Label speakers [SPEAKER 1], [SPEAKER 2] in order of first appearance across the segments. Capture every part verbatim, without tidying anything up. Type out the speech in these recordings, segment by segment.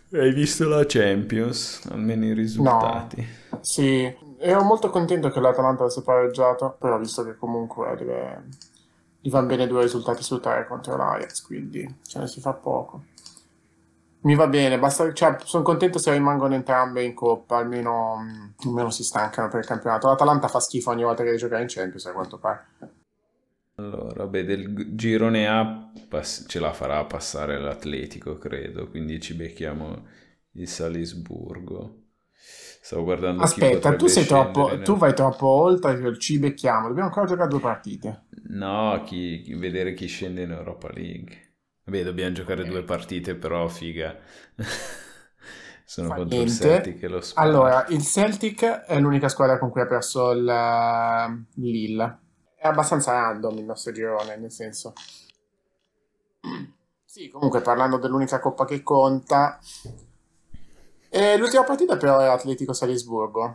[SPEAKER 1] Hai visto la Champions? Almeno i
[SPEAKER 2] No,
[SPEAKER 1] risultati.
[SPEAKER 2] sì, ero molto contento che l'Atalanta avesse pareggiato, però visto che comunque deve... gli vanno bene due risultati su tre contro l'Ajax, quindi ce ne si fa poco. Mi va bene, basta, cioè, sono contento se rimangono entrambe in coppa, almeno, mm, almeno si stancano per il campionato. L'Atalanta fa schifo ogni volta che deve giocare in Champions, a quanto pare.
[SPEAKER 1] Allora, beh, del g- girone A pass- ce la farà passare l'Atletico, credo, quindi ci becchiamo il Salisburgo. Stavo guardando chi
[SPEAKER 2] Aspetta, tu
[SPEAKER 1] potrebbe
[SPEAKER 2] sei
[SPEAKER 1] scendere
[SPEAKER 2] troppo, tu
[SPEAKER 1] nel...
[SPEAKER 2] vai troppo oltre, ci becchiamo, dobbiamo ancora giocare due partite.
[SPEAKER 1] No, chi, chi- vedere chi scende in Europa League. Vabbè, dobbiamo giocare due
[SPEAKER 2] Ok.
[SPEAKER 1] partite, però figa. Sono
[SPEAKER 2] Fa
[SPEAKER 1] contro il Celtic
[SPEAKER 2] niente.
[SPEAKER 1] e lo
[SPEAKER 2] Allora,
[SPEAKER 1] Sparta.
[SPEAKER 2] il Celtic è l'unica squadra con cui ha perso il eh, Lille. È abbastanza random il nostro girone, nel senso. Sì, comunque parlando dell'unica coppa che conta. E l'ultima partita però è Atletico Salisburgo.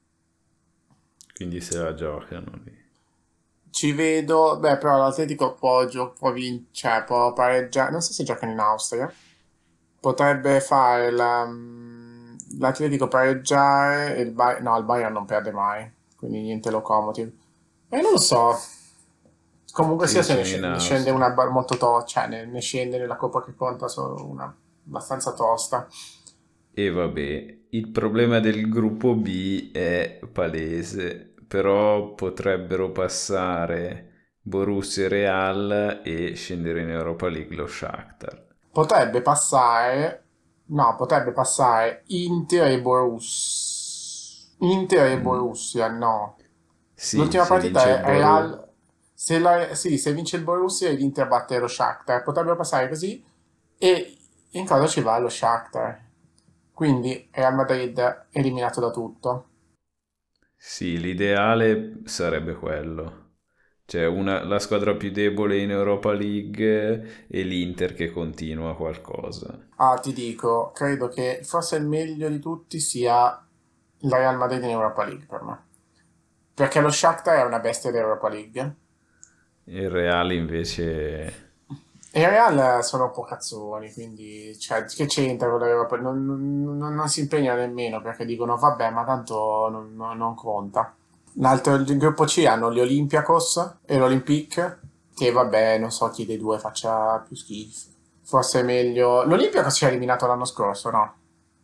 [SPEAKER 1] Quindi se la giocano lì.
[SPEAKER 2] Ci vedo, beh, però l'Atletico può, gio- può vincere, può pareggiare. Non so se giocano in Austria. Potrebbe fare la- mm, l'Atletico pareggiare e il Bayern, no, il Bayern non perde mai, quindi niente locomotive. E non lo so, comunque
[SPEAKER 1] Chi
[SPEAKER 2] sia se ne,
[SPEAKER 1] sono in
[SPEAKER 2] sc- ne scende
[SPEAKER 1] Austria?
[SPEAKER 2] una ba- molto tosta, cioè ne, ne scende nella coppa che conta solo una abbastanza tosta.
[SPEAKER 1] E vabbè, il problema del gruppo B è palese, però potrebbero passare Borussia e Real e scendere in Europa League lo Shakhtar.
[SPEAKER 2] Potrebbe passare, no, potrebbe passare Inter e Borussia. Inter e
[SPEAKER 1] Mm,
[SPEAKER 2] Borussia, no.
[SPEAKER 1] sì,
[SPEAKER 2] L'ultima
[SPEAKER 1] se
[SPEAKER 2] partita
[SPEAKER 1] vince il
[SPEAKER 2] è
[SPEAKER 1] Boru...
[SPEAKER 2] Real. Se, la- sì, se vince il Borussia e l'Inter batte lo Shakhtar, potrebbero passare così e in cosa ci va lo Shakhtar. Quindi Real Madrid eliminato da tutto.
[SPEAKER 1] Sì, l'ideale sarebbe quello. Cioè una- la squadra più debole in Europa League e l'Inter che continua qualcosa.
[SPEAKER 2] Ah, ti dico, credo che forse il meglio di tutti sia la Real Madrid in Europa League per me. Perché lo Shakhtar è una bestia dell'Europa League.
[SPEAKER 1] Il Real invece...
[SPEAKER 2] E il Real sono un po' cazzoni, quindi cioè, che c'entra con l'Europa? Non, non- non- non si impegna nemmeno perché dicono vabbè, ma tanto non, non- non conta. L'altro, il gruppo C hanno gli Olympiacos e l'Olympique, che vabbè, non so chi dei due faccia più schifo. Forse è meglio. L'Olympiacos ci ha eliminato l'anno scorso, no?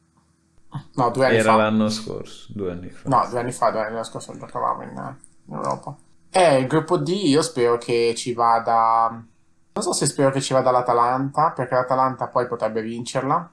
[SPEAKER 2] No, due anni
[SPEAKER 1] Era
[SPEAKER 2] fa.
[SPEAKER 1] l'anno scorso, due anni fa.
[SPEAKER 2] No, due anni fa, due anni l'anno scorso giocavamo in, in Europa. E il gruppo D io spero che ci vada. Non so se spero che ci vada l'Atalanta, perché l'Atalanta poi potrebbe vincerla.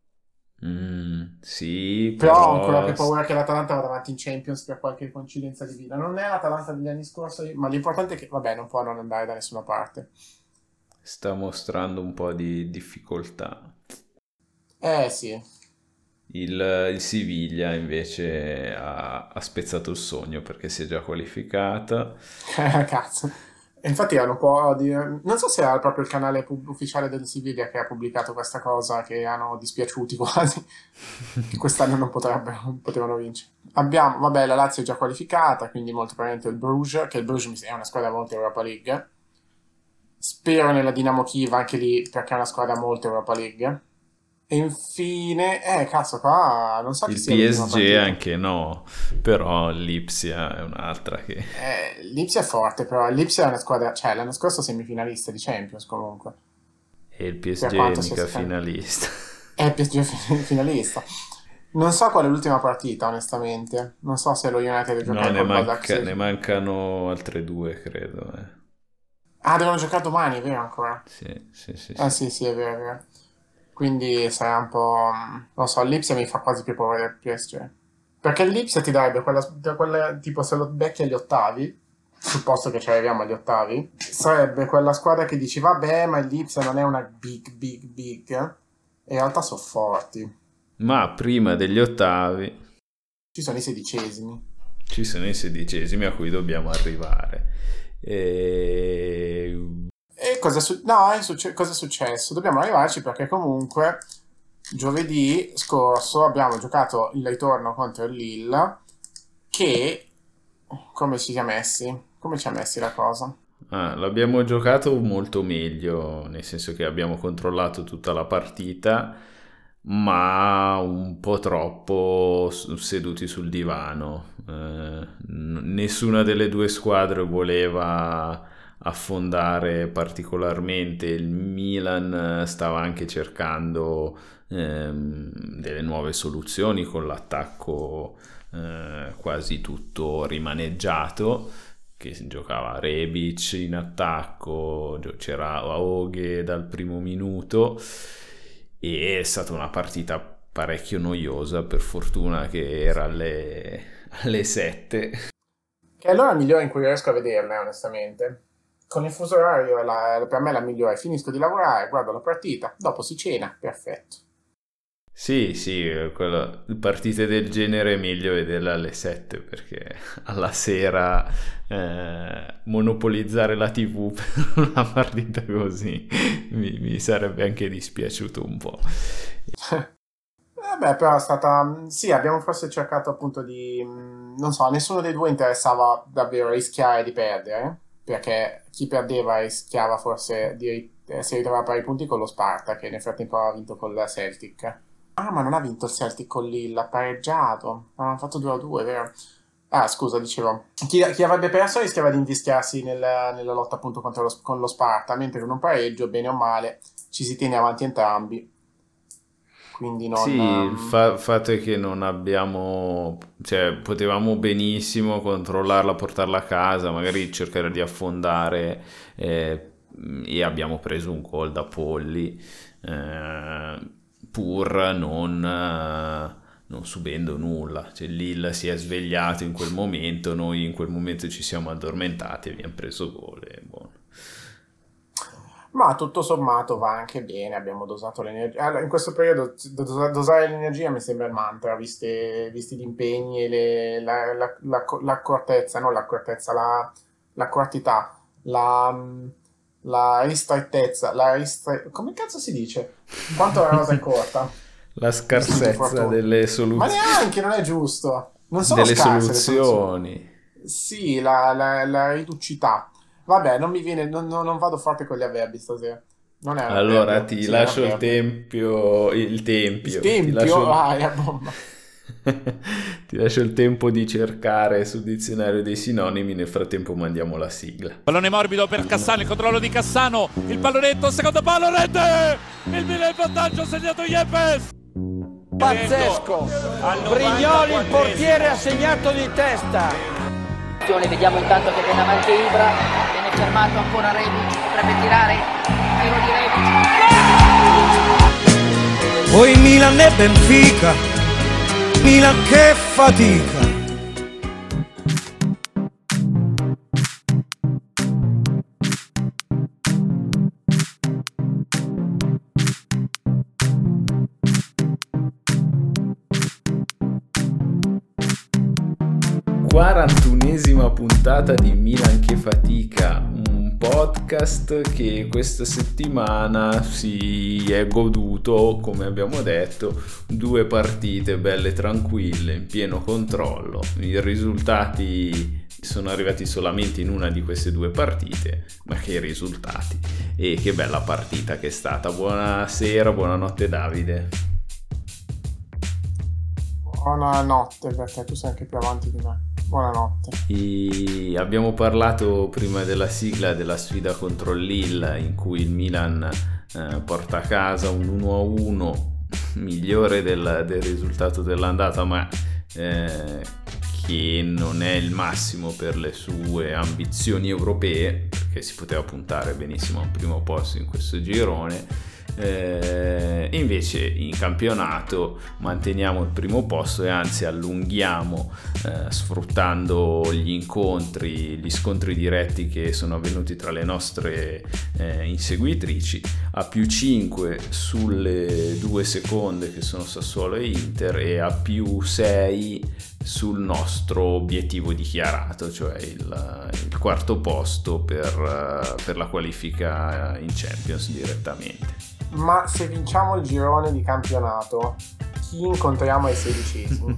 [SPEAKER 1] Mm, sì,
[SPEAKER 2] Però ho ancora
[SPEAKER 1] però
[SPEAKER 2] più paura che l'Atalanta vada avanti in Champions per qualche coincidenza di vita. Non è l'Atalanta degli anni scorsi, ma l'importante è che, vabbè, non può non andare da nessuna parte.
[SPEAKER 1] sta mostrando un po' di difficoltà.
[SPEAKER 2] Eh sì,
[SPEAKER 1] Il, il Siviglia invece ha, ha spezzato il sogno perché si è già qualificata.
[SPEAKER 2] cazzo. E infatti hanno un po' di... Non so se era proprio il canale pub- ufficiale del Siviglia che ha pubblicato questa cosa, che hanno dispiaciuti quasi, che quest'anno non potrebbero, non potevano vincere. Abbiamo, vabbè, la Lazio è già qualificata, quindi molto probabilmente il Bruges, che il Bruges mi- è una squadra molto Europa League. Spero nella Dinamo Kiev anche lì, perché è una squadra molto Europa League. E infine, eh, cazzo, qua non so chi
[SPEAKER 1] Il
[SPEAKER 2] sia l'ultima
[SPEAKER 1] P S G
[SPEAKER 2] partita.
[SPEAKER 1] anche no, però l'Ipsia è un'altra che...
[SPEAKER 2] Eh, l'Ipsia è forte, però l'Ipsia è una squadra, cioè l'anno scorso semifinalista di Champions comunque,
[SPEAKER 1] E il
[SPEAKER 2] per
[SPEAKER 1] P S G è
[SPEAKER 2] quanto sia
[SPEAKER 1] mica
[SPEAKER 2] stata...
[SPEAKER 1] finalista.
[SPEAKER 2] È P S G fi- finalista. Non so qual è l'ultima partita, onestamente. Non so se lo United deve
[SPEAKER 1] No,
[SPEAKER 2] giocare
[SPEAKER 1] ne,
[SPEAKER 2] col Basak.
[SPEAKER 1] manca- ne
[SPEAKER 2] Se-
[SPEAKER 1] mancano altre due, credo. Eh.
[SPEAKER 2] Ah, devono giocare domani, è vero ancora?
[SPEAKER 1] Sì, sì, sì,
[SPEAKER 2] Ah
[SPEAKER 1] sì.
[SPEAKER 2] sì, sì, è vero, è vero. Quindi sarà un po'... Non lo so, l'Ipsia mi fa quasi più paura del P S G. Perché l'Ipsia ti darebbe quella, quella- tipo se lo becchi agli ottavi, supposto che ci arriviamo agli ottavi, sarebbe quella squadra che dici vabbè, ma l'Ipsia non è una big, big, big. E in realtà sono forti.
[SPEAKER 1] Ma prima degli ottavi
[SPEAKER 2] Ci sono i sedicesimi.
[SPEAKER 1] ci sono i sedicesimi a cui dobbiamo arrivare. E...
[SPEAKER 2] E cosa, è su- no, è succe- cosa è successo? Dobbiamo arrivarci perché comunque giovedì scorso abbiamo giocato il ritorno contro il Lille che... Come ci siamo messi? Come ci ha messi la cosa?
[SPEAKER 1] Ah, l'abbiamo giocato molto meglio, nel senso che abbiamo controllato tutta la partita, ma un po' troppo seduti sul divano. Eh, nessuna delle due squadre voleva affondare particolarmente. Il Milan stava anche cercando ehm, delle nuove soluzioni con l'attacco eh, quasi tutto rimaneggiato, che si giocava Rebic in attacco, c'era Aoghe dal primo minuto, e è stata una partita parecchio noiosa. Per fortuna che era alle, alle sette.
[SPEAKER 2] Che è l'ora migliore in cui riesco a vederle, onestamente. Con il fuso orario la, per me è la migliore. Finisco di lavorare, guardo la partita, dopo si cena, perfetto.
[SPEAKER 1] Sì, sì, quello, partite del genere è meglio vederle alle sette, perché alla sera eh, monopolizzare la tivù per una partita così mi, mi sarebbe anche dispiaciuto un po'.
[SPEAKER 2] Eh beh, però è stata... Sì, abbiamo forse cercato appunto di... Non so, nessuno dei due interessava davvero rischiare di perdere, perché chi perdeva rischiava forse di... si ritrovava a pari punti con lo Sparta, che nel frattempo aveva vinto con la Celtic. Ah, ma non ha vinto il Celtic con Lille, ha pareggiato. Hanno fatto due a due, vero? Ah, scusa, dicevo. Chi, chi avrebbe perso rischiava di invischiarsi nel, nella lotta appunto contro lo, con lo Sparta, mentre con un pareggio, bene o male, ci si tiene avanti entrambi. Quindi non...
[SPEAKER 1] Sì, il
[SPEAKER 2] um,
[SPEAKER 1] fa- fatto è che non abbiamo, cioè potevamo benissimo controllarla, portarla a casa, magari cercare di affondare, eh, e abbiamo preso un gol da Polli, eh, pur non, eh, non subendo nulla. Cioè Lille si è svegliato in quel momento, noi in quel momento ci siamo addormentati e abbiamo preso gol e buono.
[SPEAKER 2] Ma tutto sommato va anche bene, abbiamo dosato l'energia. Allora, in questo periodo dos- dosare l'energia mi sembra il mantra, visti, visti gli impegni e le- la- la- la- l'accortezza, non l'accortezza, la, la quantità, la, la ristrettezza, la ristre... come cazzo si dice? Quanto la rosa è corta?
[SPEAKER 1] La
[SPEAKER 2] Visti gli
[SPEAKER 1] scarsezza
[SPEAKER 2] infortuni.
[SPEAKER 1] delle
[SPEAKER 2] Ma
[SPEAKER 1] soluzioni,
[SPEAKER 2] neanche, non è giusto. Non sono
[SPEAKER 1] delle
[SPEAKER 2] scarse le soluzioni.
[SPEAKER 1] soluzioni.
[SPEAKER 2] Sì, la, la, la riducità. Vabbè, non mi viene, non, non- non vado forte con gli avverbi stasera. Non è un
[SPEAKER 1] Allora
[SPEAKER 2] avverbio,
[SPEAKER 1] ti
[SPEAKER 2] sì, è un
[SPEAKER 1] lascio il
[SPEAKER 2] avverbio.
[SPEAKER 1] tempio, il tempio, ti
[SPEAKER 2] Tempio?
[SPEAKER 1] lascio,
[SPEAKER 2] Ah, è bomba.
[SPEAKER 1] ti lascio il tempo di cercare sul dizionario dei sinonimi. Nel frattempo mandiamo la sigla.
[SPEAKER 3] Pallone morbido per Cassano, il controllo di Cassano, il pallonetto, secondo palo, rete! Il Milan in vantaggio, ha segnato Yepes!
[SPEAKER 4] Pazzesco! Brignoli, il portiere, ha segnato di testa.
[SPEAKER 5] Vediamo intanto che viene avanti Ibra, viene fermato ancora Rebic, potrebbe tirare, tiro di Rebic.
[SPEAKER 4] Poi Milan e Benfica, Milan che fatica.
[SPEAKER 1] quarantunesima puntata di Milan che fatica, un podcast che questa settimana si è goduto, come abbiamo detto, due partite belle tranquille, in pieno controllo. I risultati sono arrivati solamente in una di queste due partite, ma che risultati! E che bella partita che è stata. Buonasera, buonanotte Davide.
[SPEAKER 2] Buonanotte, perché tu sei anche più avanti di me. Buonanotte.
[SPEAKER 1] E abbiamo parlato prima della sigla della sfida contro il Lille, in cui il Milan eh, porta a casa un uno a uno, migliore del, del risultato dell'andata, ma eh, che non è il massimo per le sue ambizioni europee, perché si poteva puntare benissimo a un primo posto in questo girone. Eh, invece in campionato manteniamo il primo posto e anzi allunghiamo, eh, sfruttando gli incontri, gli scontri diretti che sono avvenuti tra le nostre eh, inseguitrici, a più cinque sulle due seconde che sono Sassuolo e Inter, e a più sei sul nostro obiettivo dichiarato, cioè il, il quarto posto per, per la qualifica in Champions direttamente.
[SPEAKER 2] Ma se vinciamo il girone di campionato, chi incontriamo ai sedicesimi?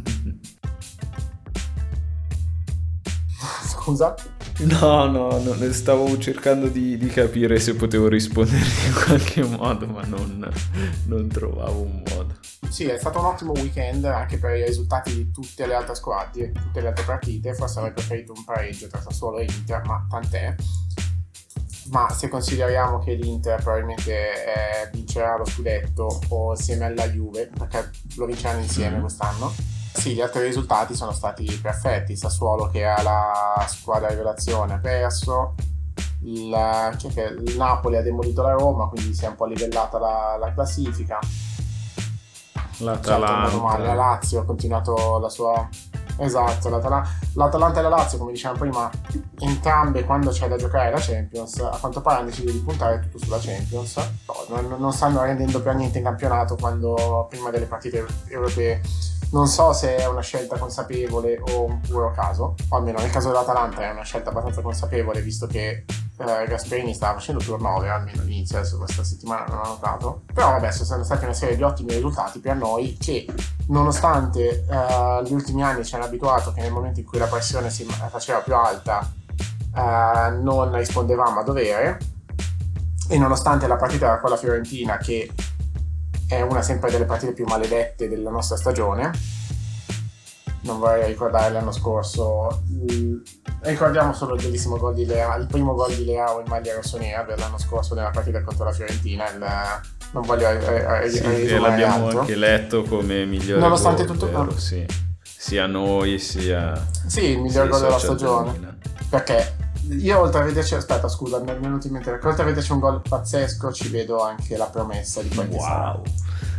[SPEAKER 2] Scusa?
[SPEAKER 1] No, no, no, stavo cercando di, di capire se potevo rispondere in qualche modo, ma non, non trovavo un modo.
[SPEAKER 2] sì, è stato un ottimo weekend anche per i risultati di tutte le altre squadre, tutte le altre partite. Forse avrei preferito un pareggio tra Sassuolo e Inter, ma tant'è. Ma se consideriamo che l'Inter probabilmente eh, vincerà lo scudetto o insieme alla Juve, perché lo vinceranno insieme quest'anno, sì, gli altri risultati sono stati perfetti. Sassuolo, che era la squadra rivelazione, ha perso. Il, cioè che il Napoli ha demolito la Roma, quindi si è un po' livellata la, la classifica.
[SPEAKER 1] L'Atalanta,
[SPEAKER 2] certo, male. La Lazio ha continuato la sua... Esatto, l'Atalanta, l'Atalanta e la Lazio, come dicevamo prima, entrambe quando c'è da giocare la Champions, a quanto pare hanno deciso di puntare tutto sulla Champions. No, non, non stanno rendendo per niente in campionato quando prima delle partite europee. Non so se è una scelta consapevole o un puro caso, o almeno nel caso dell'Atalanta è una scelta abbastanza consapevole, visto che eh, Gasperini stava facendo turnover, almeno all'inizio, adesso questa settimana non ho notato. Però vabbè, sono stati una serie di ottimi risultati per noi che, nonostante eh, gli ultimi anni ci hanno abituato che nel momento in cui la pressione si faceva più alta eh, non rispondevamo a dovere, e nonostante la partita con la Fiorentina, che è una sempre delle partite più maledette della nostra stagione, non vorrei ricordare l'anno scorso, il... ricordiamo solo il bellissimo gol di Leao, il primo gol di Leao in maglia rossonera dell'anno scorso nella partita contro la Fiorentina. Il... non voglio eh, eh,
[SPEAKER 1] sì,
[SPEAKER 2] e
[SPEAKER 1] l'abbiamo
[SPEAKER 2] altro.
[SPEAKER 1] Anche letto come migliore
[SPEAKER 2] nonostante
[SPEAKER 1] gol,
[SPEAKER 2] tutto
[SPEAKER 1] vero, sì. Sia noi sia
[SPEAKER 2] sì il miglior
[SPEAKER 1] sì,
[SPEAKER 2] gol della stagione, perché io oltre a vederci aspetta scusa mi è venuto in mente, perché oltre a vederci un gol pazzesco ci vedo anche la promessa di quel che sarà.
[SPEAKER 1] Wow,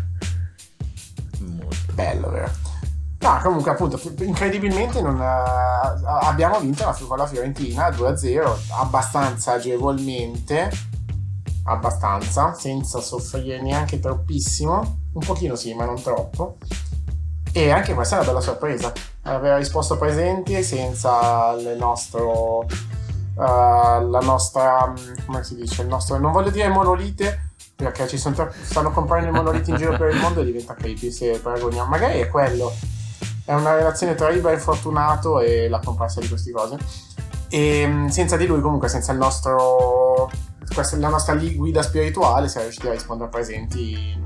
[SPEAKER 1] molto
[SPEAKER 2] bello, vero? No, comunque appunto incredibilmente non, uh, abbiamo vinto la, con la Fiorentina due a zero abbastanza agevolmente, abbastanza, senza soffrire neanche troppissimo, un pochino sì ma non troppo, e anche questa è una bella sorpresa, aver risposto presenti senza le nostro uh, la nostra, come si dice, il nostro, non voglio dire monolite, perché ci sono troppo, stanno comprando i monoliti in giro per il mondo e diventa creepy se paragoniamo, magari è quello, è una relazione tra Ibra infortunato e la comparsa di queste cose, e senza di lui, comunque senza il nostro, questa è la nostra guida spirituale, siamo riusciti a rispondere presenti.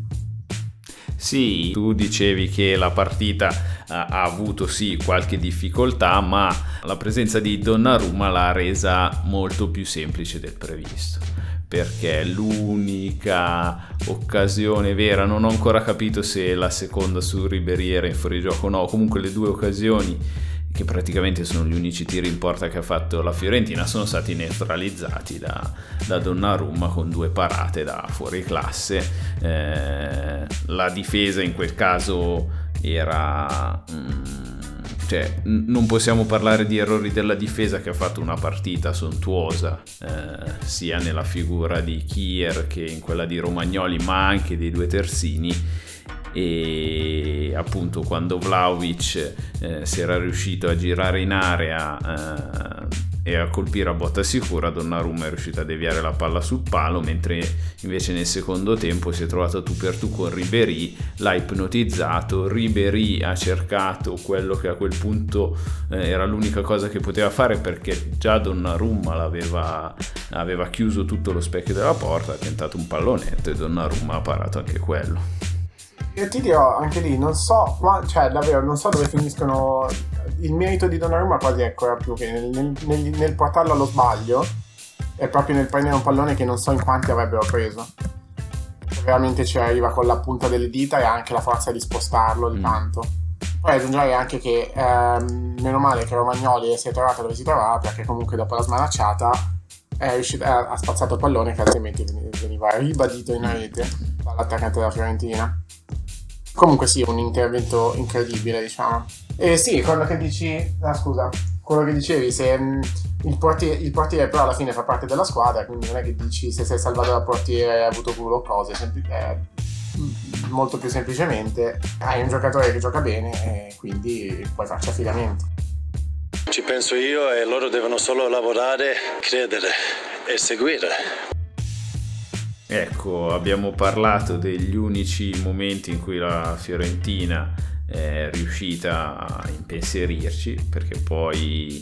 [SPEAKER 1] Sì, tu dicevi che la partita ha, ha avuto sì qualche difficoltà, ma la presenza di Donnarumma l'ha resa molto più semplice del previsto, perché l'unica occasione vera, non ho ancora capito se la seconda su Ribéry era in fuorigioco o no, comunque le due occasioni che praticamente sono gli unici tiri in porta che ha fatto la Fiorentina sono stati neutralizzati da, da Donnarumma con due parate da fuori classe. Eh, la difesa in quel caso era mm, cioè n- non possiamo parlare di errori della difesa, che ha fatto una partita sontuosa eh, sia nella figura di Kier che in quella di Romagnoli, ma anche dei due terzini. E appunto quando Vlahovic eh, si era riuscito a girare in area eh, e a colpire a botta sicura, Donnarumma è riuscito a deviare la palla sul palo, mentre invece nel secondo tempo si è trovato tu per tu con Ribéry, l'ha ipnotizzato. Ribéry ha cercato quello che a quel punto eh, era l'unica cosa che poteva fare, perché già Donnarumma l'aveva aveva chiuso tutto lo specchio della porta, ha tentato un pallonetto e Donnarumma ha parato anche quello.
[SPEAKER 2] Io ti dirò, anche lì non so, ma cioè davvero non so dove finiscono. Il merito di Donnarumma quasi è ancora più che nel, nel, nel, nel portarlo allo sbaglio, è proprio nel prendere un pallone che non so in quanti avrebbero preso. Veramente ci arriva con la punta delle dita e ha anche la forza di spostarlo di tanto. Poi aggiungerei anche che ehm, meno male che Romagnoli si è trovato dove si trovava, perché comunque dopo la smanacciata è riuscito, ha, ha spazzato il pallone che altrimenti veniva ribadito in rete dall'attaccante della Fiorentina. Comunque sì, un intervento incredibile, diciamo. E sì, quello che dici, ah, scusa, quello che dicevi, se mh, il, portiere, il portiere però alla fine fa parte della squadra, quindi non è che dici se sei salvato dal portiere hai avuto culo o cose, sempl- eh, molto più semplicemente hai un giocatore che gioca bene e quindi puoi farci affidamento.
[SPEAKER 6] Ci penso io e loro devono solo lavorare, credere e seguire.
[SPEAKER 1] Ecco, abbiamo parlato degli unici momenti in cui la Fiorentina è riuscita a impensierirci, perché poi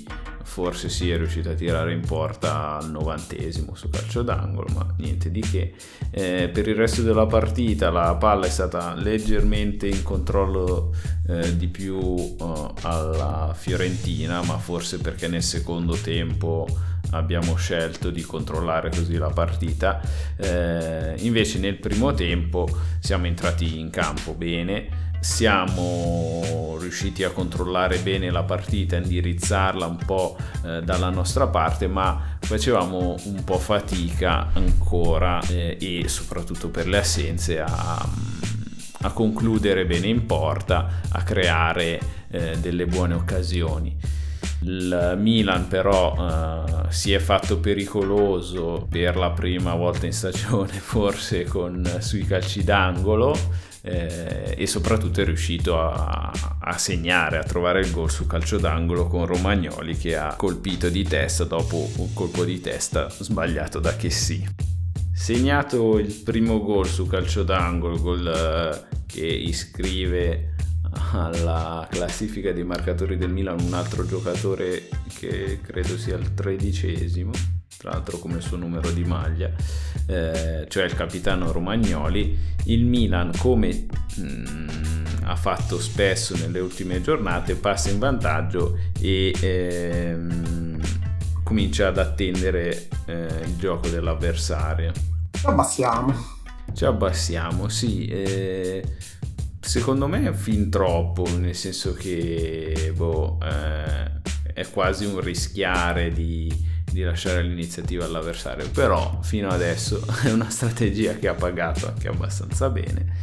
[SPEAKER 1] forse sì, è riuscito a tirare in porta al novantesimo su calcio d'angolo, ma niente di che. Eh, per il resto della partita la palla è stata leggermente in controllo eh, di più uh, alla Fiorentina, ma forse perché nel secondo tempo abbiamo scelto di controllare così la partita. Eh, invece nel primo tempo siamo entrati in campo bene, siamo riusciti a controllare bene la partita, indirizzarla un po' eh, dalla nostra parte, ma facevamo un po' fatica ancora eh, e soprattutto per le assenze a, a concludere bene in porta, a creare eh, delle buone occasioni. Il Milan però uh, si è fatto pericoloso per la prima volta in stagione forse con, sui calci d'angolo eh, e soprattutto è riuscito a, a segnare, a trovare il gol su calcio d'angolo con Romagnoli, che ha colpito di testa dopo un colpo di testa sbagliato da Chessy. Segnato il primo gol su calcio d'angolo, gol uh, che iscrive alla classifica dei marcatori del Milan un altro giocatore che credo sia il tredicesimo, tra l'altro come suo numero di maglia, eh, cioè il capitano Romagnoli. Il Milan, come mh, ha fatto spesso nelle ultime giornate, passa in vantaggio e ehm, comincia ad attendere eh, il gioco dell'avversario.
[SPEAKER 2] Ci abbassiamo.
[SPEAKER 1] Ci abbassiamo, sì. Eh, Secondo me fin troppo, nel senso che boh, eh, è quasi un rischiare di, di lasciare l'iniziativa all'avversario, però fino adesso è una strategia che ha pagato anche abbastanza bene,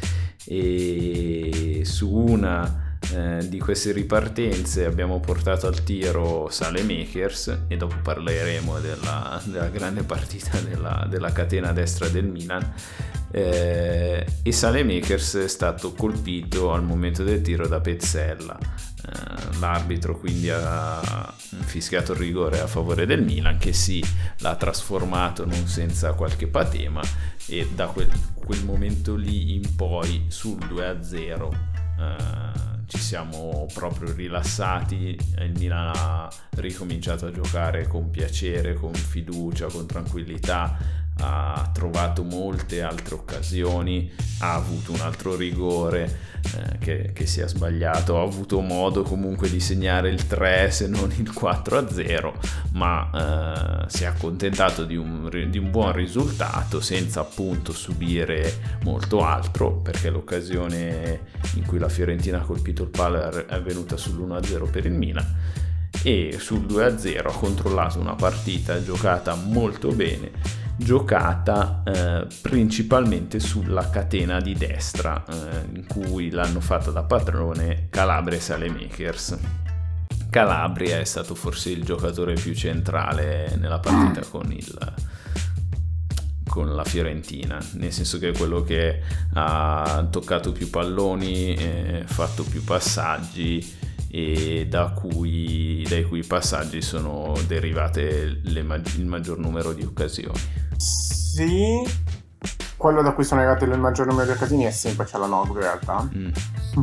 [SPEAKER 1] e su una eh, di queste ripartenze abbiamo portato al tiro Saelemaekers, e dopo parleremo della, della grande partita della, della catena destra del Milan. Eh, e Saelemaekers è stato colpito al momento del tiro da Pezzella. Eh, l'arbitro quindi ha fischiato il rigore a favore del Milan, che sì, l'ha trasformato non senza qualche patema, e da quel, quel momento lì in poi sul due a zero eh, ci siamo proprio rilassati. Il Milan ha ricominciato a giocare con piacere, con fiducia, con tranquillità, ha trovato molte altre occasioni, ha avuto un altro rigore eh, che, che si è sbagliato, ha avuto modo comunque di segnare il tre se non il quattro a zero, ma eh, si è accontentato di un, di un buon risultato senza appunto subire molto altro, perché l'occasione in cui la Fiorentina ha colpito il palo è venuta sull'uno a zero per il Milan, e sul due a zero ha controllato una partita giocata molto bene, giocata eh, principalmente sulla catena di destra, eh, in cui l'hanno fatta da padrone Calabria e Saelemaekers. Calabria è stato forse il giocatore più centrale nella partita con il con la Fiorentina, nel senso che è quello che ha toccato più palloni, eh, fatto più passaggi, e da cui dai cui passaggi sono derivate le, il maggior numero di occasioni.
[SPEAKER 2] Sì, quello da cui sono arrivate il maggior numero di occasioni è sempre Çalhanoğlu in realtà. Mm.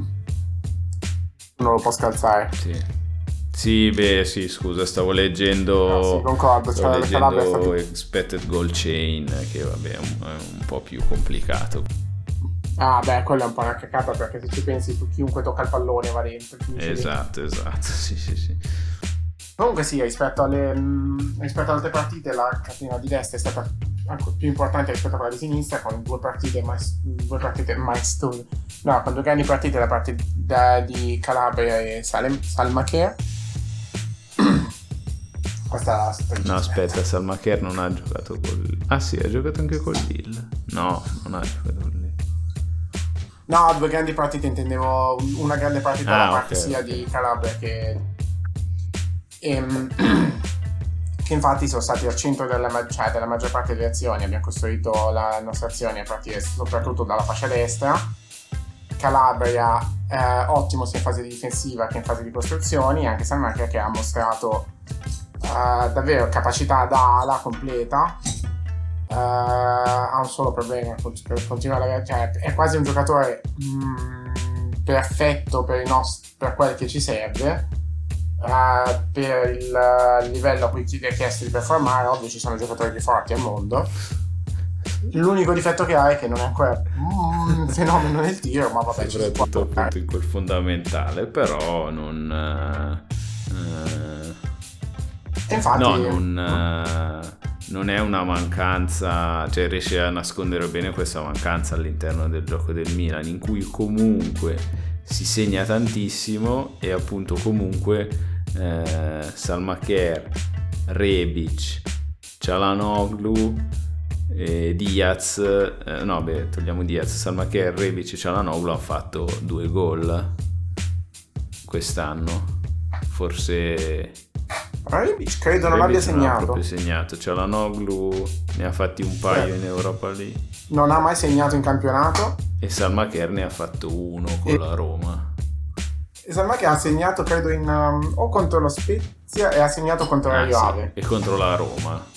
[SPEAKER 2] Non lo può scalzare.
[SPEAKER 1] Sì. Sì, beh, sì, scusa, stavo leggendo.
[SPEAKER 2] No, sì, concordo.
[SPEAKER 1] Stavo
[SPEAKER 2] cioè,
[SPEAKER 1] leggendo
[SPEAKER 2] stato...
[SPEAKER 1] expected goal chain, che vabbè è un, è un po' più complicato.
[SPEAKER 2] Ah, beh, quello è un po' una cacata, perché se ci pensi, tu chiunque tocca il pallone va dentro.
[SPEAKER 1] Esatto, dentro. esatto, sì, sì, sì.
[SPEAKER 2] Comunque sì, rispetto alle mh, rispetto alle altre partite, la catena di destra è stata ancora più importante rispetto a quella di sinistra, con due partite mais- due partite milestone. No, con due grandi partite da parte da, di Calabria e Salem- Salmaker. Questa è
[SPEAKER 1] No, aspetta, Salmaker non ha giocato col... Ah sì, ha giocato anche col Lille. No, non ha giocato col Lille.
[SPEAKER 2] No, due grandi partite, intendevo una grande partita
[SPEAKER 1] ah,
[SPEAKER 2] da parte
[SPEAKER 1] okay,
[SPEAKER 2] sia
[SPEAKER 1] okay.
[SPEAKER 2] di Calabria che... Ehm, che infatti sono stati al centro della, cioè, della maggior parte delle azioni. Abbiamo costruito la nostra azione a partire soprattutto dalla fascia destra. Calabria eh, ottimo sia in fase difensiva che in fase di costruzioni, anche Salmaker che ha mostrato eh, davvero capacità da ala completa. Uh, ha un solo problema per continuare a, cioè, è quasi un giocatore mh, perfetto per, i nostri, per quel che ci serve, uh, per il livello a cui ti è chiesto di performare. Ovvio, ci sono giocatori più forti al mondo. L'unico difetto che ha è che non è ancora un fenomeno nel tiro, ma vabbè,
[SPEAKER 1] soprattutto appunto in quel fondamentale, però non uh,
[SPEAKER 2] infatti
[SPEAKER 1] no, non, uh, non è una mancanza, cioè riesce a nascondere bene questa mancanza all'interno del gioco del Milan, in cui comunque si segna tantissimo e appunto comunque uh, Salmaker, Rebic, Çalhanoğlu e Diaz, eh, no beh togliamo Diaz, Salmaker, Rebic e Çalhanoğlu hanno fatto due gol quest'anno, forse
[SPEAKER 2] Rebic credo non abbia segnato.
[SPEAKER 1] Non ha proprio segnato. Çalhanoğlu ne ha fatti un paio eh. in Europa League,
[SPEAKER 2] non ha mai segnato in campionato,
[SPEAKER 1] e Salmaker ne ha fatto uno con e... la Roma.
[SPEAKER 2] E Salmaker ha segnato credo in um, o contro lo Spezia e ha segnato contro la Rio Ave
[SPEAKER 1] e contro la Roma.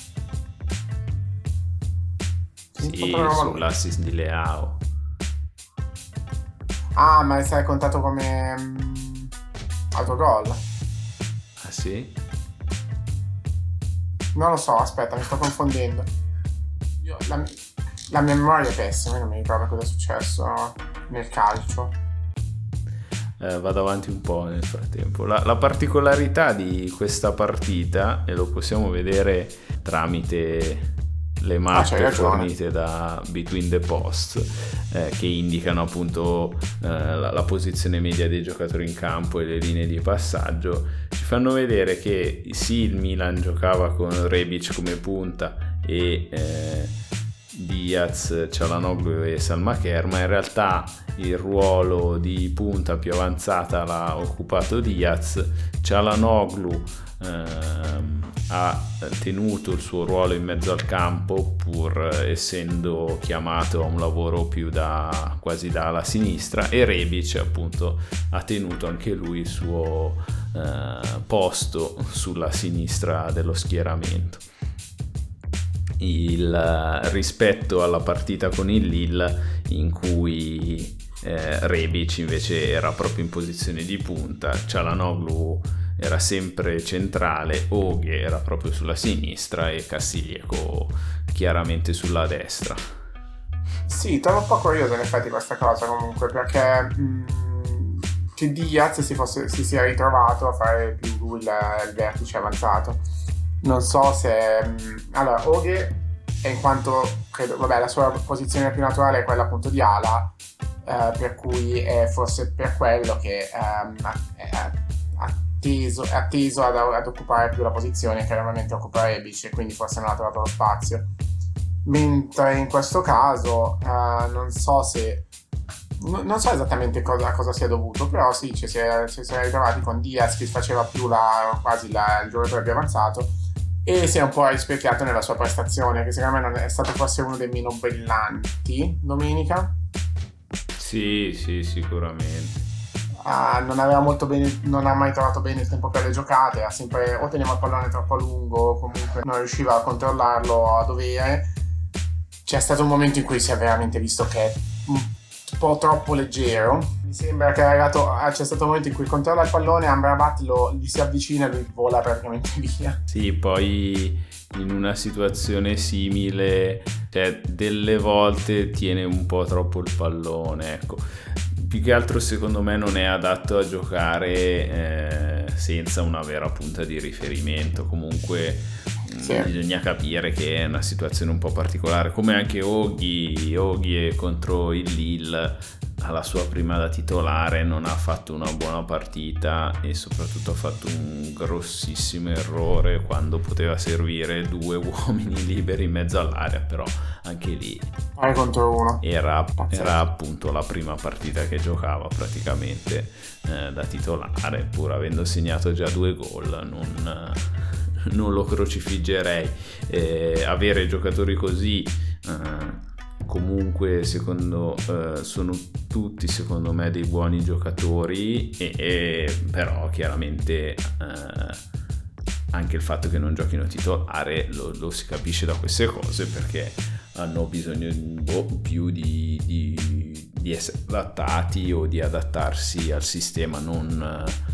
[SPEAKER 1] Sì, sull'assist di Leao.
[SPEAKER 2] Ah, ma sai contato come um, autogol?
[SPEAKER 1] Ah sì?
[SPEAKER 2] Non lo so, aspetta, mi sto confondendo. Io, la, la mia memoria è pessima, io non mi ricordo cosa è successo nel calcio.
[SPEAKER 1] Eh, vado avanti un po' nel frattempo. La, la particolarità di questa partita, e lo possiamo vedere tramite le mappe ah, fornite da Between the Post, eh, che indicano appunto eh, la, la posizione media dei giocatori in campo e le linee di passaggio, ci fanno vedere che sì, il Milan giocava con Rebic come punta e eh, Diaz, Çalhanoğlu e Salmaker, ma in realtà il ruolo di punta più avanzata l'ha occupato Diaz. Çalhanoğlu ehm, ha tenuto il suo ruolo in mezzo al campo, pur essendo chiamato a un lavoro più da quasi da ala sinistra, e Rebic appunto ha tenuto anche lui il suo eh, posto sulla sinistra dello schieramento. Il, rispetto alla partita con il Lille, in cui eh, Rebic invece era proprio in posizione di punta, Çalhanoğlu era sempre centrale, Oghe era proprio sulla sinistra e Castillejo chiaramente sulla destra.
[SPEAKER 2] Sì, trovo un po' curioso in effetti questa cosa comunque, perché mh, che Diaz si, fosse, si sia ritrovato a fare più lui il, il vertice avanzato. Non so se mh, allora Oghe è, in quanto credo, vabbè, la sua posizione più naturale è quella appunto di ala, eh, per cui è forse per quello che ehm, è, atteso, è atteso ad, ad occupare più la posizione che normalmente occupa Rebic, e quindi forse non ha trovato lo spazio, mentre in questo caso eh, non so se n- non so esattamente cosa, a cosa sia dovuto, però sì, ci si è, ci si è ritrovati con Diaz che faceva più la, quasi la, il giocatore più avanzato, e si è un po' rispecchiato nella sua prestazione, che secondo me non è stato forse uno dei meno brillanti domenica.
[SPEAKER 1] Sì, sì, sicuramente.
[SPEAKER 2] Uh, non aveva molto bene, non ha mai trovato bene il tempo per le giocate, ha sempre o teneva il pallone troppo a lungo, o comunque non riusciva a controllarlo a dovere. C'è stato un momento in cui si è veramente visto che è un po' troppo leggero. Mi sembra che è arrivato, c'è stato un momento in cui controlla il pallone, Amrabat lo, gli si avvicina e lui vola praticamente via.
[SPEAKER 1] Sì, poi in una situazione simile, cioè delle volte tiene un po' troppo il pallone, ecco. Più che altro secondo me non è adatto a giocare eh, senza una vera punta di riferimento. Comunque sì, bisogna capire che è una situazione un po' particolare, come anche Oghi Oghi contro il Lille alla sua prima da titolare non ha fatto una buona partita, e soprattutto ha fatto un grossissimo errore quando poteva servire due uomini liberi in mezzo all'area, però anche lì
[SPEAKER 2] ah, contro uno.
[SPEAKER 1] Era, era appunto la prima partita che giocava praticamente eh, da titolare, pur avendo segnato già due gol. Non, non lo crocifiggerei. Eh, avere giocatori così eh, comunque secondo eh, sono tutti secondo me dei buoni giocatori, e, e però chiaramente eh, anche il fatto che non giochino titolare lo, lo si capisce da queste cose, perché hanno bisogno boh, più di, di, di essere adattati o di adattarsi al sistema, non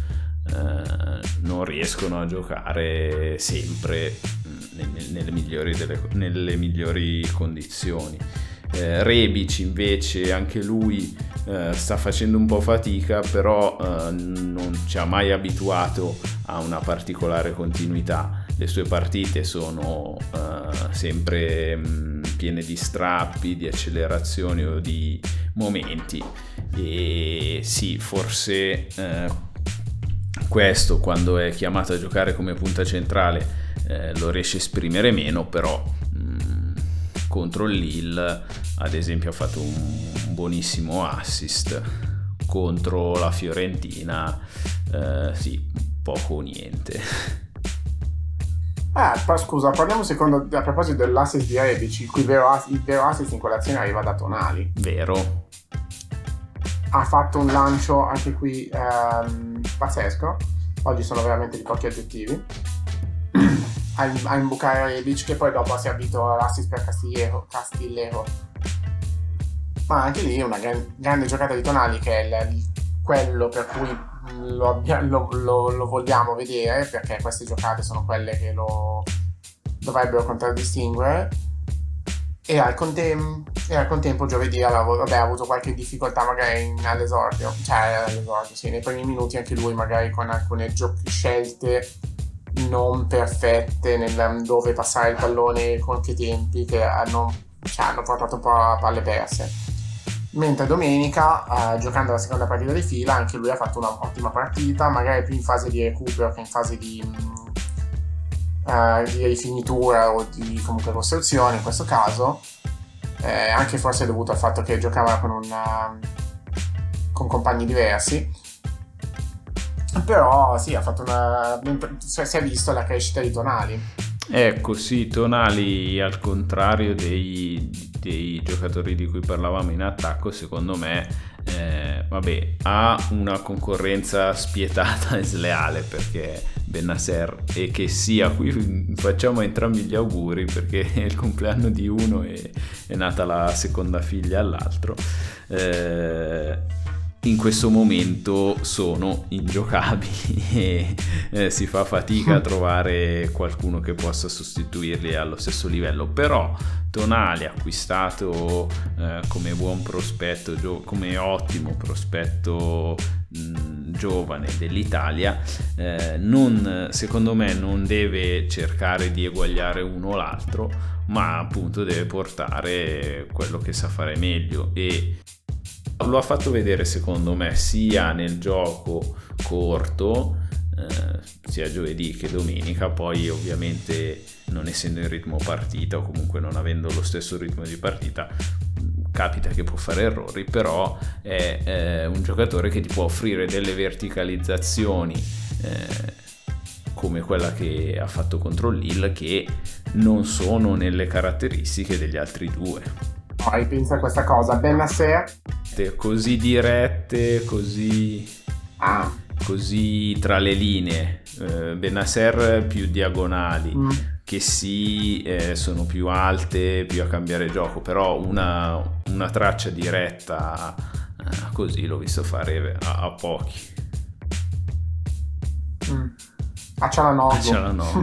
[SPEAKER 1] eh, non riescono a giocare sempre nelle, nelle, migliori, delle, nelle migliori condizioni. Eh, Rebic invece anche lui eh, sta facendo un po' fatica, però eh, non ci ha mai abituato a una particolare continuità. Le sue partite sono eh, sempre mh, piene di strappi, di accelerazioni o di momenti, e sì, forse eh, questo, quando è chiamato a giocare come punta centrale, eh, lo riesce a esprimere meno, però mh, contro il Lille ad esempio ha fatto un, un buonissimo assist. Contro la Fiorentina eh, sì, poco o niente.
[SPEAKER 2] Ah, però scusa, parliamo un secondo a proposito dell'assist di Rebic, il cui vero, ass- il vero assist in quell'azione arriva da Tonali.
[SPEAKER 1] Vero.
[SPEAKER 2] Ha fatto un lancio anche qui ehm, pazzesco. Oggi sono veramente di pochi aggettivi. a, a imbucare Rebic, che poi dopo si è vinto l'assist per Castillejo, Castillejo. Ma anche lì una gran, grande giocata di Tonali, che è il, quello per cui lo, abbia, lo, lo, lo vogliamo vedere, perché queste giocate sono quelle che lo dovrebbero contraddistinguere. E al, contem- e al contempo giovedì ha, vabbè, ha avuto qualche difficoltà magari in, all'esordio, cioè all'esordio, sì, nei primi minuti anche lui magari con alcune gio- scelte non perfette nel dove passare il pallone, con che tempi, che hanno, cioè, hanno portato un po' a palle perse. Mentre domenica, eh, giocando la seconda partita di fila, anche lui ha fatto un'ottima partita, magari più in fase di recupero che in fase di, uh, di rifinitura o di comunque costruzione in questo caso, eh, anche forse dovuto al fatto che giocava con, una, con compagni diversi. Però sì, ha fatto una, si è visto la crescita di Tonali.
[SPEAKER 1] Ecco, sì, Tonali, al contrario dei, dei giocatori di cui parlavamo in attacco, secondo me eh, vabbè, ha una concorrenza spietata e sleale, perché Bennacer, e che sia qui facciamo entrambi gli auguri, perché è il compleanno di uno e è nata la seconda figlia all'altro. eh, in questo momento sono ingiocabili e eh, si fa fatica a trovare qualcuno che possa sostituirli allo stesso livello. Però Tonali, acquistato eh, come buon prospetto, gio- come ottimo prospetto mh, giovane dell'Italia, eh, non, secondo me non deve cercare di eguagliare uno o l'altro, ma appunto deve portare quello che sa fare meglio, e lo ha fatto vedere secondo me sia nel gioco corto, eh, sia giovedì che domenica. Poi ovviamente, non essendo in ritmo partita o comunque non avendo lo stesso ritmo di partita, capita che può fare errori, però è eh, un giocatore che ti può offrire delle verticalizzazioni eh, come quella che ha fatto contro il Lille, che non sono nelle caratteristiche degli altri due.
[SPEAKER 2] Poi pensa a questa cosa, Bennacer
[SPEAKER 1] così dirette, così
[SPEAKER 2] ah.
[SPEAKER 1] così tra le linee, eh, Bennacer più diagonali, mm. che sì, eh, sono più alte, più a cambiare gioco, però una, una traccia diretta eh, così l'ho visto fare a, a pochi.
[SPEAKER 2] mm. a Cialanoglu
[SPEAKER 1] a Cialanoglu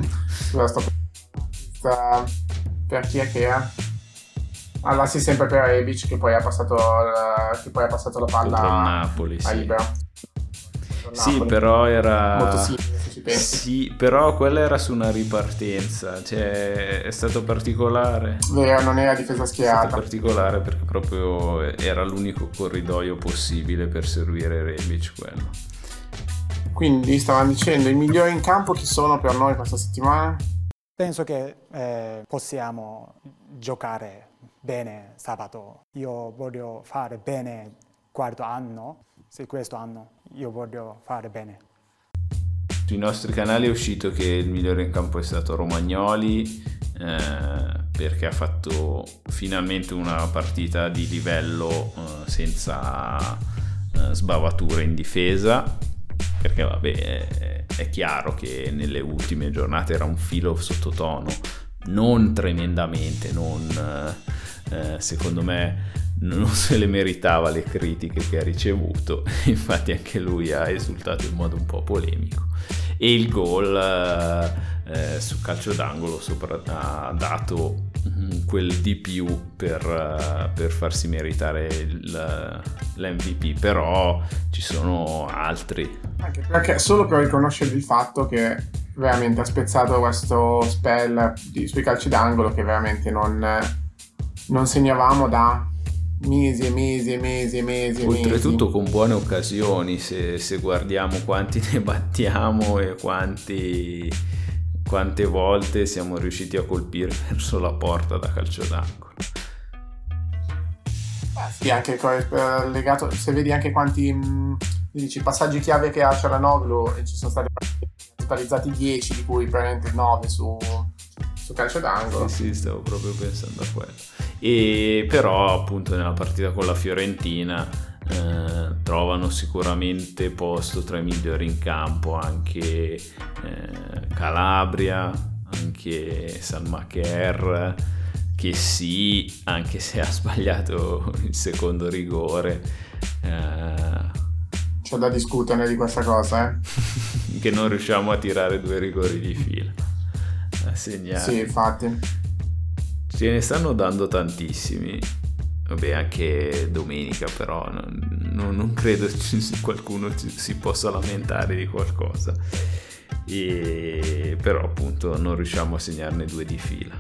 [SPEAKER 2] per chi è che è? Allora sì, sempre per Rebic, che poi ha passato la, che poi ha passato la palla
[SPEAKER 1] contro il Napoli,
[SPEAKER 2] a
[SPEAKER 1] sì.
[SPEAKER 2] Ibra.
[SPEAKER 1] Sì, però era
[SPEAKER 2] molto simile, se ci pensi.
[SPEAKER 1] Sì, però quella era su una ripartenza, cioè è stato particolare.
[SPEAKER 2] Vero, non era difesa schierata.
[SPEAKER 1] È stato particolare perché proprio era l'unico corridoio possibile per servire Rebic, quello.
[SPEAKER 2] Quindi stavamo dicendo, i migliori in campo chi sono per noi questa settimana?
[SPEAKER 7] Penso che eh, possiamo giocare bene sabato. Io voglio fare bene quarto anno, sì, questo anno io voglio fare bene.
[SPEAKER 1] Sui nostri canali è uscito che il migliore in campo è stato Romagnoli, eh, perché ha fatto finalmente una partita di livello eh, senza eh, sbavature in difesa, perché vabbè è, è chiaro che nelle ultime giornate era un filo sottotono, non tremendamente, non eh, secondo me non se le meritava le critiche che ha ricevuto, infatti anche lui ha esultato in modo un po' polemico, e il gol eh, su calcio d'angolo sopra, ha dato quel di più per, uh, per farsi meritare il, l'M V P, però ci sono altri.
[SPEAKER 2] Anche perché solo per riconoscere il fatto che veramente ha spezzato questo spell di, sui calci d'angolo che veramente non, non segnavamo da mesi e mesi e mesi e mesi.
[SPEAKER 1] Oltretutto con buone occasioni, se, se guardiamo quanti ne battiamo e quanti... quante volte siamo riusciti a colpire verso la porta da calcio d'angolo.
[SPEAKER 2] Beh, sì, anche legato, se vedi anche quanti mh, dici, passaggi chiave che ha Çalhanoğlu, e ci sono stati totalizzati dieci, di cui probabilmente nove su, su calcio d'angolo.
[SPEAKER 1] Sì, sì, stavo proprio pensando a quello. E però appunto nella partita con la Fiorentina Eh, trovano sicuramente posto tra i migliori in campo anche eh, Calabria, anche Salmacher, che sì, anche se ha sbagliato il secondo rigore, eh,
[SPEAKER 2] c'è da discutere di questa cosa, eh?
[SPEAKER 1] che non riusciamo a tirare due rigori di fila a segnare.
[SPEAKER 2] Sì, infatti
[SPEAKER 1] Ce ne stanno dando tantissimi. Vabbè, anche domenica, però non, non credo ci, qualcuno ci, si possa lamentare di qualcosa, e però appunto non riusciamo a segnarne due di fila.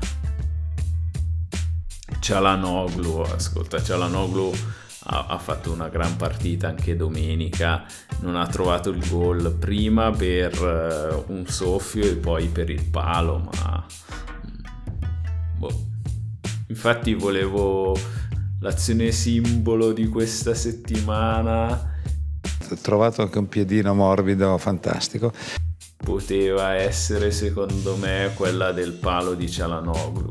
[SPEAKER 1] Çalhanoğlu, ascolta, Çalhanoğlu ha, ha fatto una gran partita anche domenica, non ha trovato il gol prima per uh, un soffio e poi per il palo, ma boh. Infatti volevo l'azione simbolo di questa settimana.
[SPEAKER 8] Ho trovato anche un piedino morbido fantastico.
[SPEAKER 1] Poteva essere, secondo me, quella del palo di Çalhanoğlu.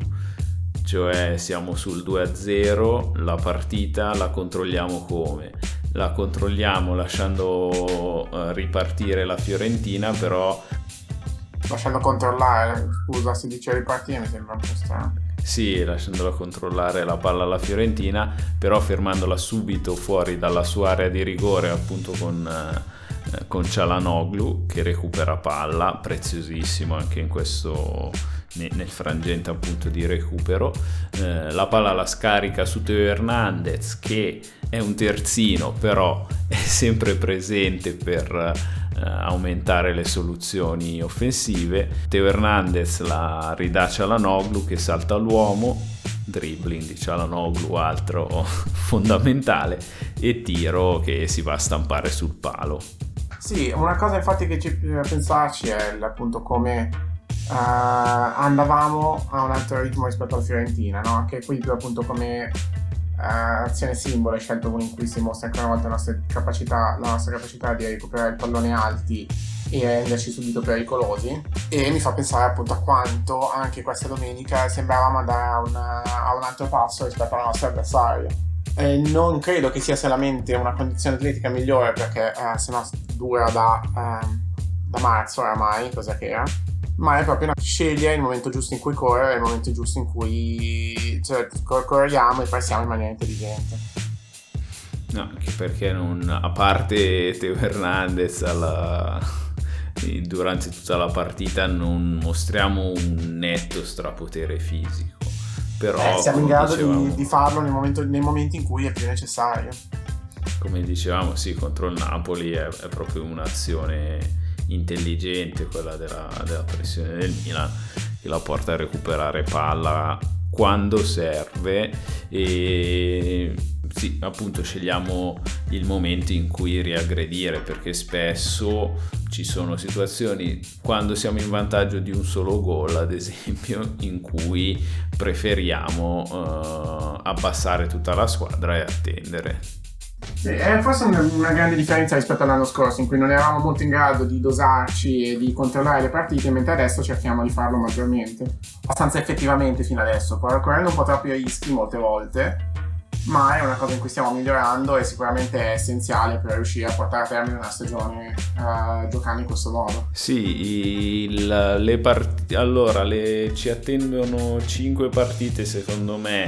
[SPEAKER 1] Cioè siamo sul due a zero, la partita la controlliamo come? La controlliamo lasciando uh, ripartire la Fiorentina, però...
[SPEAKER 2] Lasciando controllare, scusa, si dice ripartire, mi sembra un po' strano.
[SPEAKER 1] Sì, lasciandola controllare la palla alla Fiorentina, però fermandola subito fuori dalla sua area di rigore, appunto con, eh, con Çalhanoğlu che recupera palla, preziosissimo anche in questo, nel frangente appunto di recupero. Eh, la palla la scarica su Teo Hernandez, che è un terzino, però è sempre presente per aumentare le soluzioni offensive. Teo Hernandez la ridà Çalhanoğlu, che salta l'uomo, dribbling di Çalhanoğlu, altro fondamentale, e tiro che si va a stampare sul palo.
[SPEAKER 2] Sì, una cosa infatti che ci bisogna pensarci è appunto come uh, andavamo a un altro ritmo rispetto alla Fiorentina, no? Anche qui appunto come Uh, azione simbolo, è scelto uno in cui si mostra ancora una volta la nostra capacità, la nostra capacità di recuperare il pallone alti e renderci subito pericolosi, e mi fa pensare appunto a quanto anche questa domenica sembravamo andare a, una, a un altro passo rispetto alla nostra avversaria. E non credo che sia solamente una condizione atletica migliore, perché uh, se no dura da, uh, da marzo oramai, cosa che era, ma è proprio una scegliere il momento giusto in cui correre, il momento giusto in cui cioè, corriamo e passiamo in maniera intelligente.
[SPEAKER 1] No, anche perché non, a parte Teo Hernandez alla, durante tutta la partita non mostriamo un netto strapotere fisico, però
[SPEAKER 2] eh, siamo in grado
[SPEAKER 1] dicevamo,
[SPEAKER 2] di, di farlo nel momento, nei momenti in cui è più necessario.
[SPEAKER 1] Come dicevamo, sì, contro il Napoli è, è proprio un'azione intelligente quella della, della pressione del Milan, che la porta a recuperare palla quando serve, e sì, appunto scegliamo il momento in cui riaggredire, perché spesso ci sono situazioni quando siamo in vantaggio di un solo gol, ad esempio, in cui preferiamo uh, abbassare tutta la squadra e attendere.
[SPEAKER 2] Sì, è forse una, una grande differenza rispetto all'anno scorso, in cui non eravamo molto in grado di dosarci e di controllare le partite, mentre adesso cerchiamo di farlo maggiormente, abbastanza effettivamente fino adesso, correndo un po' troppi rischi molte volte, ma è una cosa in cui stiamo migliorando e sicuramente è essenziale per riuscire a portare a termine una stagione uh, giocando in questo modo.
[SPEAKER 1] Sì, il, le part- allora le, ci attendono cinque partite secondo me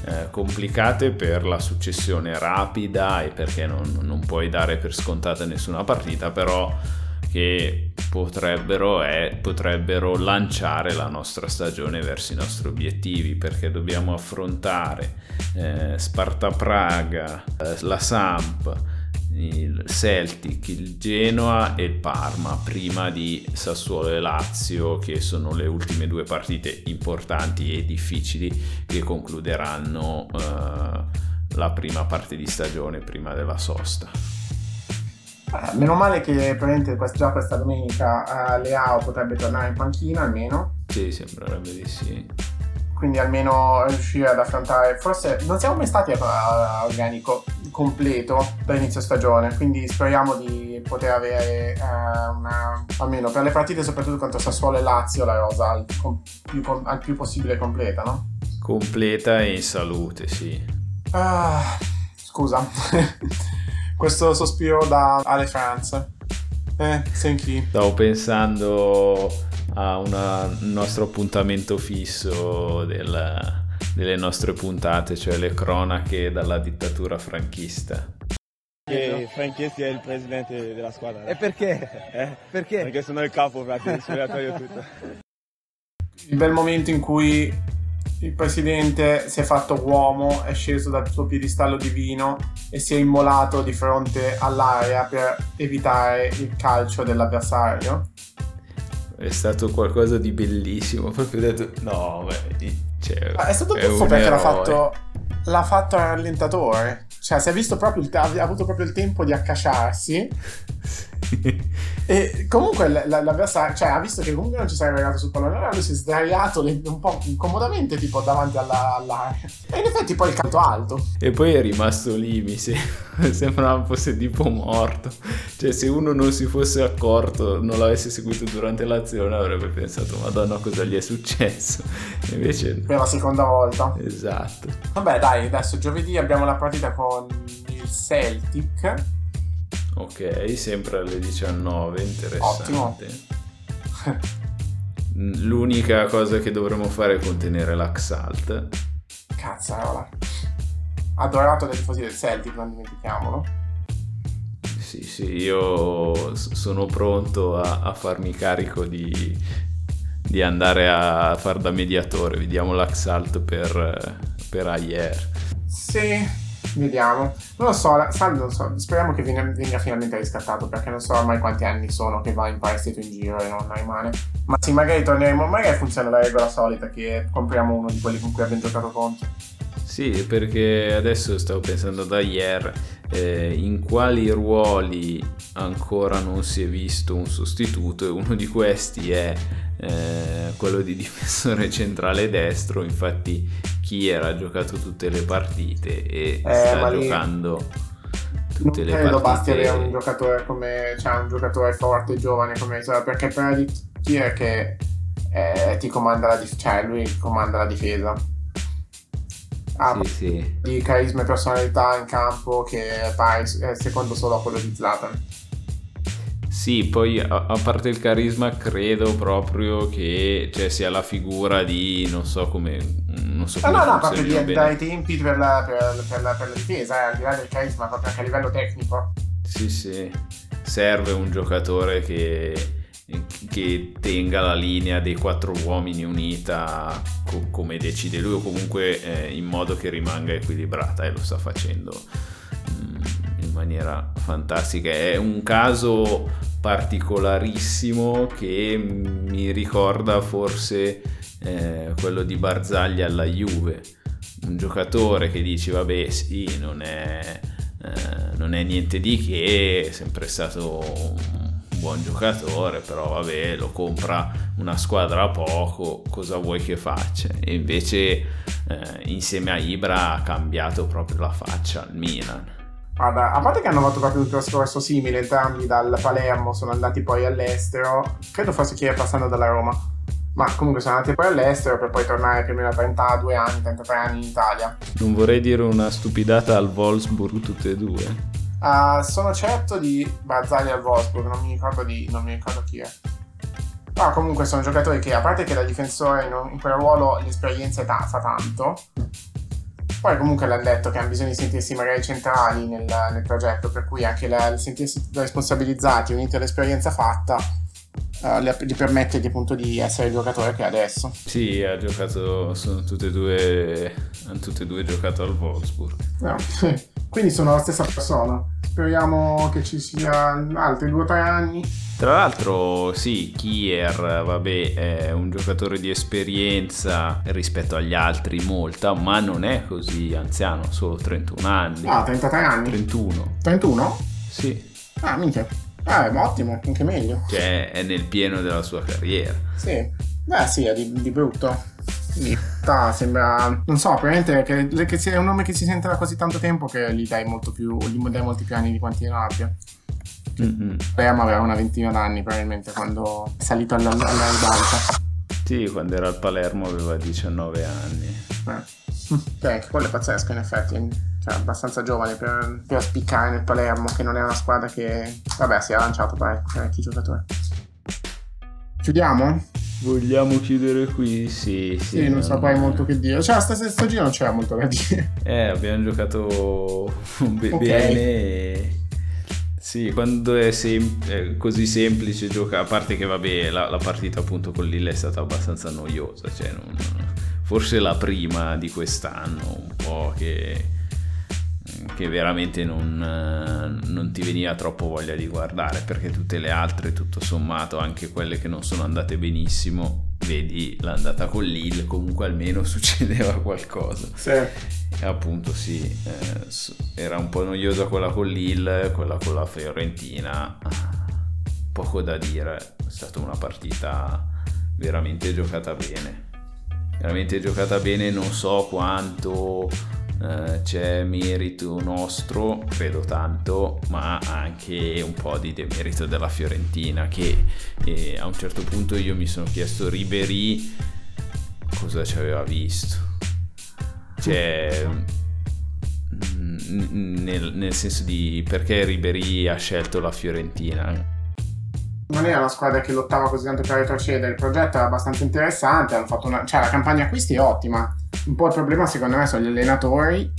[SPEAKER 1] eh, complicate per la successione rapida e perché non, non puoi dare per scontata nessuna partita, però che potrebbero, eh, potrebbero lanciare la nostra stagione verso i nostri obiettivi, perché dobbiamo affrontare eh, Sparta Praga, eh, la Samp, il Celtic, il Genoa e il Parma, prima di Sassuolo e Lazio, che sono le ultime due partite importanti e difficili che concluderanno eh, la prima parte di stagione prima della sosta.
[SPEAKER 2] Eh, meno male che probabilmente quest- già questa domenica uh, Leao potrebbe tornare in panchina almeno.
[SPEAKER 1] Sì, sembrerebbe di sì.
[SPEAKER 2] Quindi almeno riuscire ad affrontare, forse non siamo mai stati a organico completo per inizio stagione, quindi speriamo di poter avere uh, una, almeno per le partite soprattutto contro Sassuolo e Lazio, la rosa al, com, più, com, al più possibile completa, no?
[SPEAKER 1] Completa e in salute, sì.
[SPEAKER 2] Uh, scusa, questo sospiro da Ale France. Eh, Senki.
[SPEAKER 1] Stavo pensando a una, un nostro appuntamento fisso del, delle nostre puntate, cioè le cronache dalla dittatura franchista.
[SPEAKER 9] Che Franchesi è il presidente della squadra.
[SPEAKER 10] E perché?
[SPEAKER 9] Eh?
[SPEAKER 10] Perché?
[SPEAKER 9] Perché sono il capo, frate, spogliatoio tutto.
[SPEAKER 2] Il bel momento in cui il presidente si è fatto uomo, è sceso dal suo piedistallo divino e si è immolato di fronte all'area per evitare il calcio dell'avversario.
[SPEAKER 1] È stato qualcosa di bellissimo, proprio detto no, beh, cioè,
[SPEAKER 2] è stato tuffo perché l'ha fatto, l'ha fatto al rallentatore, cioè si è visto proprio il, ha avuto proprio il tempo di accasciarsi. E comunque l'avversario, cioè ha visto che comunque non ci sarebbe arrivato sul pallone, allora lui si è sdraiato un po' incomodamente tipo davanti alla, all'area e in effetti poi il canto alto
[SPEAKER 1] e poi è rimasto lì, mi sembra, sembrava fosse tipo morto, cioè se uno non si fosse accorto, non l'avesse seguito durante l'azione avrebbe pensato madonna cosa gli è successo, e invece
[SPEAKER 2] per la seconda volta.
[SPEAKER 1] Esatto.
[SPEAKER 2] Vabbè dai, adesso giovedì abbiamo la partita con il Celtic.
[SPEAKER 1] Ok, sempre alle diciannove, interessante.
[SPEAKER 2] Ottimo.
[SPEAKER 1] L'unica cosa che dovremmo fare è contenere l'Axalt.
[SPEAKER 2] Cazzarola. Adorato dai tifosi del Celtic, non dimentichiamolo.
[SPEAKER 1] Sì, sì, io sono pronto a, a farmi carico di, di andare a far da mediatore. Vediamo l'Axalt per, per Ayer.
[SPEAKER 2] Sì. Vediamo, non lo so, Sal, non so, speriamo che venga, venga finalmente riscattato, perché non so ormai quanti anni sono che va in prestito in giro e non rimane. Ma sì, magari torneremo, magari funziona la regola solita che compriamo uno di quelli con cui abbiamo giocato contro.
[SPEAKER 1] Sì, perché adesso stavo pensando da ieri eh, in quali ruoli ancora non si è visto un sostituto, e uno di questi è eh, quello di difensore centrale destro. Infatti Kier ha giocato tutte le partite e
[SPEAKER 2] eh,
[SPEAKER 1] sta giocando tutte le partite.
[SPEAKER 2] Non basti avere un giocatore come, cioè un giocatore forte giovane come, perché per di Kier che eh, ti comanda la dif- cioè lui comanda la difesa. Ha
[SPEAKER 1] sì, sì.
[SPEAKER 2] di carisma e personalità in campo che pare secondo solo a quello di Zlatan.
[SPEAKER 1] Sì, poi a, a parte il carisma credo proprio che cioè, sia la figura di non so come non so come
[SPEAKER 2] no no no proprio di dare tempi per la, per, per, la, per la difesa, eh, al di là del carisma, proprio anche a livello tecnico.
[SPEAKER 1] Sì sì, serve un giocatore che che tenga la linea dei quattro uomini unita co- come decide lui, o comunque eh, in modo che rimanga equilibrata, e lo sta facendo mm, in maniera fantastica. È un caso particolarissimo che mi ricorda forse eh, quello di Barzagli alla Juve, un giocatore che dici vabbè sì non è, eh, non è niente di che, è sempre stato un buon giocatore, però vabbè lo compra una squadra a poco, cosa vuoi che faccia? E invece eh, insieme a Ibra ha cambiato proprio la faccia al Milan.
[SPEAKER 2] Guarda, a parte che hanno fatto proprio un trascorso simile, entrambi dal Palermo sono andati poi all'estero, credo forse che passando dalla Roma, ma comunque sono andati poi all'estero per poi tornare più o meno a trentadue anni, trentatré anni in Italia.
[SPEAKER 1] Non vorrei dire una stupidata, al Wolfsburg tutte e due?
[SPEAKER 2] Uh, sono certo di Barzagli al Wolfsburg, non mi ricordo di non mi ricordo chi è. Ma no, comunque sono giocatori che, a parte che da difensore in, in quel ruolo l'esperienza ta- fa tanto, Poi comunque l'hanno detto che hanno bisogno di sentirsi magari centrali nel, nel progetto, per cui anche la, il sentirsi responsabilizzati uniti all'esperienza fatta uh, gli permette di, appunto di essere il giocatore che è adesso.
[SPEAKER 1] Sì, ha giocato, sono tutte e due, hanno tutte e due giocato al Wolfsburg.
[SPEAKER 2] No, sì. Quindi sono la stessa persona. Speriamo che ci sia altri due o tre anni.
[SPEAKER 1] Tra l'altro sì, Kier, vabbè, è un giocatore di esperienza rispetto agli altri, molta, ma non è così anziano, solo trentuno anni.
[SPEAKER 2] Ah, trentatré anni?
[SPEAKER 1] trentuno.
[SPEAKER 2] trentuno?
[SPEAKER 1] Sì.
[SPEAKER 2] Ah, minchia. Ah, è ottimo, anche meglio.
[SPEAKER 1] Cioè, è nel pieno della sua carriera.
[SPEAKER 2] Sì. Beh, sì, è di, di brutto. In realtà sembra, non so, probabilmente che, che sia un nome che si sente da così tanto tempo che gli dai molto più, gli dai molti più anni di quanti ne abbia.
[SPEAKER 1] Mm-hmm.
[SPEAKER 2] Speriamo aveva una ventina d'anni probabilmente quando è salito alla, alla ribalta.
[SPEAKER 1] Sì, quando era al Palermo aveva diciannove anni.
[SPEAKER 2] Eh. Beh, anche quello è pazzesco in effetti, cioè abbastanza giovane per, per spiccare nel Palermo, che non è una squadra che, vabbè, si è lanciato parecchi giocatori. Chiudiamo?
[SPEAKER 1] Vogliamo chiudere qui? Sì, sì.
[SPEAKER 2] Sì, non, non saprei molto che dire. Cioè, sta, sto giro non c'era molto da dire.
[SPEAKER 1] Eh, abbiamo giocato be-
[SPEAKER 2] okay.
[SPEAKER 1] bene e... Sì, quando è, sem- è così semplice giocare, a parte che vabbè la, la partita appunto con Lille è stata abbastanza noiosa, cioè non, forse la prima di quest'anno un po' che, che veramente non, non ti veniva troppo voglia di guardare, perché tutte le altre tutto sommato, anche quelle che non sono andate benissimo, vedi l'andata con Lille comunque almeno succedeva qualcosa.
[SPEAKER 2] Sì.
[SPEAKER 1] E appunto sì, eh, era un po' noiosa quella con Lille, quella con la Fiorentina, poco da dire, è stata una partita veramente giocata bene, veramente giocata bene, non so quanto eh, c'è merito nostro, credo tanto, ma anche un po' di demerito della Fiorentina, che eh, a un certo punto io mi sono chiesto Ribéry cosa ci aveva visto. Cioè, nel, nel senso di perché Ribéry ha scelto la Fiorentina.
[SPEAKER 2] Non era una squadra che lottava così tanto per retrocedere, il progetto era abbastanza interessante, hanno fatto una, cioè la campagna acquisti è ottima, un po' il problema secondo me sono gli allenatori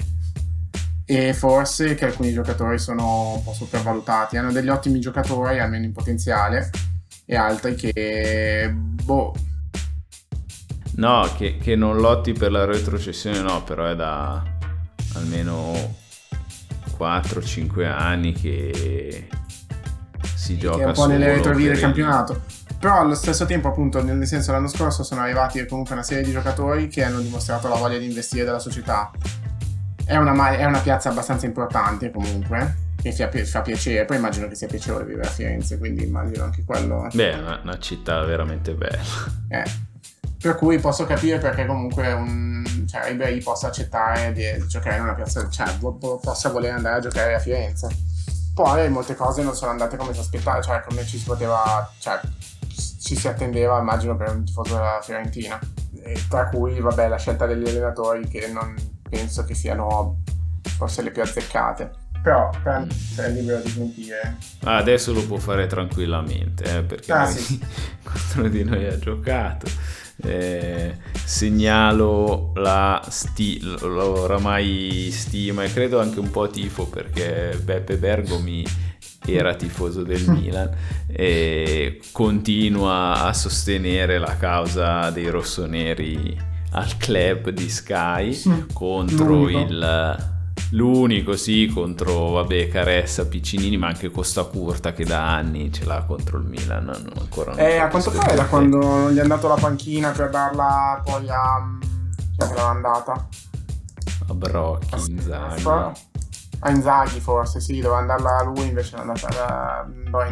[SPEAKER 2] e forse che alcuni giocatori sono un po' sopravvalutati, hanno degli ottimi giocatori almeno in potenziale e altri che boh.
[SPEAKER 1] No, che, che non lotti per la retrocessione no, però è da almeno quattro cinque anni che si gioca
[SPEAKER 2] che è un po' nelle retrovie del campionato. Però allo stesso tempo appunto nel senso l'anno scorso sono arrivati comunque una serie di giocatori che hanno dimostrato la voglia di investire della società. È una, è una piazza abbastanza importante comunque, che fa, fa piacere, poi immagino che sia piacevole vivere a Firenze, quindi immagino anche quello.
[SPEAKER 1] Beh, è una, una città veramente bella.
[SPEAKER 2] Eh. Per cui posso capire perché comunque un, cioè, Ribéry possa accettare di giocare in una piazza, cioè possa voler andare a giocare a Firenze. Poi molte cose non sono andate come si aspettava, cioè come ci si poteva, cioè ci si attendeva, immagino, per un tifoso della Fiorentina. E tra cui, vabbè, la scelta degli allenatori che non penso che siano forse le più azzeccate. Però mm. sei libero di smentire.
[SPEAKER 1] Ah, adesso lo può fare tranquillamente, eh, perché
[SPEAKER 2] ah,
[SPEAKER 1] noi,
[SPEAKER 2] sì.
[SPEAKER 1] contro di noi ha giocato. Eh, segnalo la sti- oramai stima e credo anche un po' tifo, perché Beppe Bergomi era tifoso del Milan e continua a sostenere la causa dei rossoneri al club di Sky contro
[SPEAKER 2] L'unico.
[SPEAKER 1] il l'unico sì contro vabbè Caressa, Piccinini, ma anche Costa Curta che da anni ce l'ha contro il Milan. Non, ancora non
[SPEAKER 2] eh, a quanto pare da quando non gli è andato la panchina per darla poi a chi che l'ha andata
[SPEAKER 1] a Brocchi, Inzaghi.
[SPEAKER 2] A Inzaghi forse sì, doveva andarla a lui, invece è andata a
[SPEAKER 1] ma,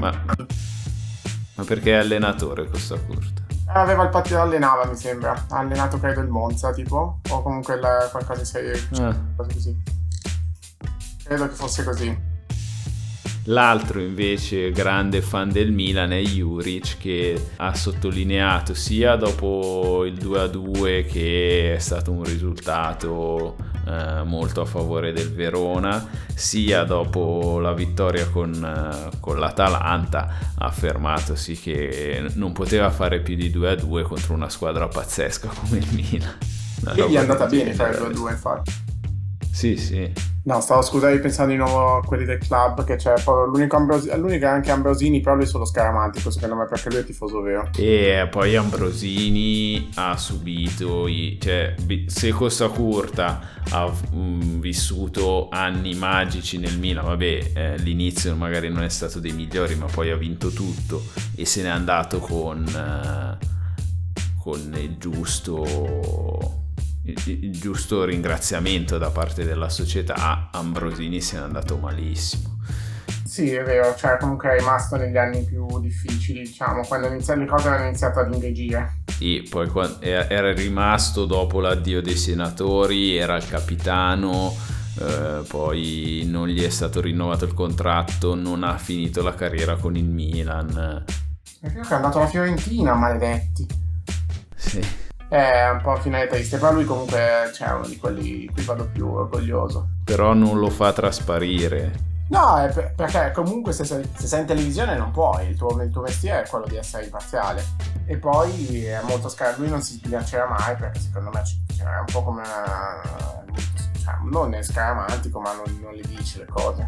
[SPEAKER 1] ma perché è allenatore Costa Curta?
[SPEAKER 2] Aveva il patio, allenava mi sembra, ha allenato credo il Monza tipo, o comunque il, qualcosa di serie,
[SPEAKER 1] ah.
[SPEAKER 2] così. Credo che fosse così.
[SPEAKER 1] L'altro invece grande fan del Milan è Juric, che ha sottolineato sia dopo il due a due che è stato un risultato eh, molto a favore del Verona, sia dopo la vittoria con, eh, con l'Atalanta, ha affermato sì che non poteva fare più di due a due contro una squadra pazzesca come il Milan.
[SPEAKER 2] E gli è andata bene fare due a due infatti.
[SPEAKER 1] Sì, sì.
[SPEAKER 2] No, stavo scusami pensando di nuovo a quelli del club, che c'è poi l'unico, Ambrosi- l'unico è anche Ambrosini, però lui è solo scaramantico secondo me, perché lui è tifoso vero.
[SPEAKER 1] E poi Ambrosini ha subito i, cioè Seko Sakurta ha um, vissuto anni magici nel Milan, vabbè, eh, l'inizio magari non è stato dei migliori, ma poi ha vinto tutto e se n'è andato con uh, con il giusto Il, il giusto ringraziamento da parte della società. Ambrosini se n'è andato malissimo.
[SPEAKER 2] Sì, è vero, cioè comunque è rimasto negli anni più difficili, diciamo, quando iniziato, le cose hanno iniziato ad ingagire.
[SPEAKER 1] E poi quando era rimasto dopo l'addio dei senatori, era il capitano, eh, poi non gli è stato rinnovato il contratto, non ha finito la carriera con il Milan.
[SPEAKER 2] Perché è andato alla Fiorentina, maledetti.
[SPEAKER 1] Sì.
[SPEAKER 2] È un po' finale triste, però lui comunque c'è cioè, uno di quelli di cui vado più orgoglioso.
[SPEAKER 1] Però non lo fa trasparire.
[SPEAKER 2] No, è per, perché comunque se sei, se sei in televisione non puoi, il tuo, il tuo mestiere è quello di essere imparziale. E poi è molto scar- lui non si sbilancerà mai, perché secondo me cioè, è un po' come una, cioè, non è scaramantico, ma non, non le dice le cose.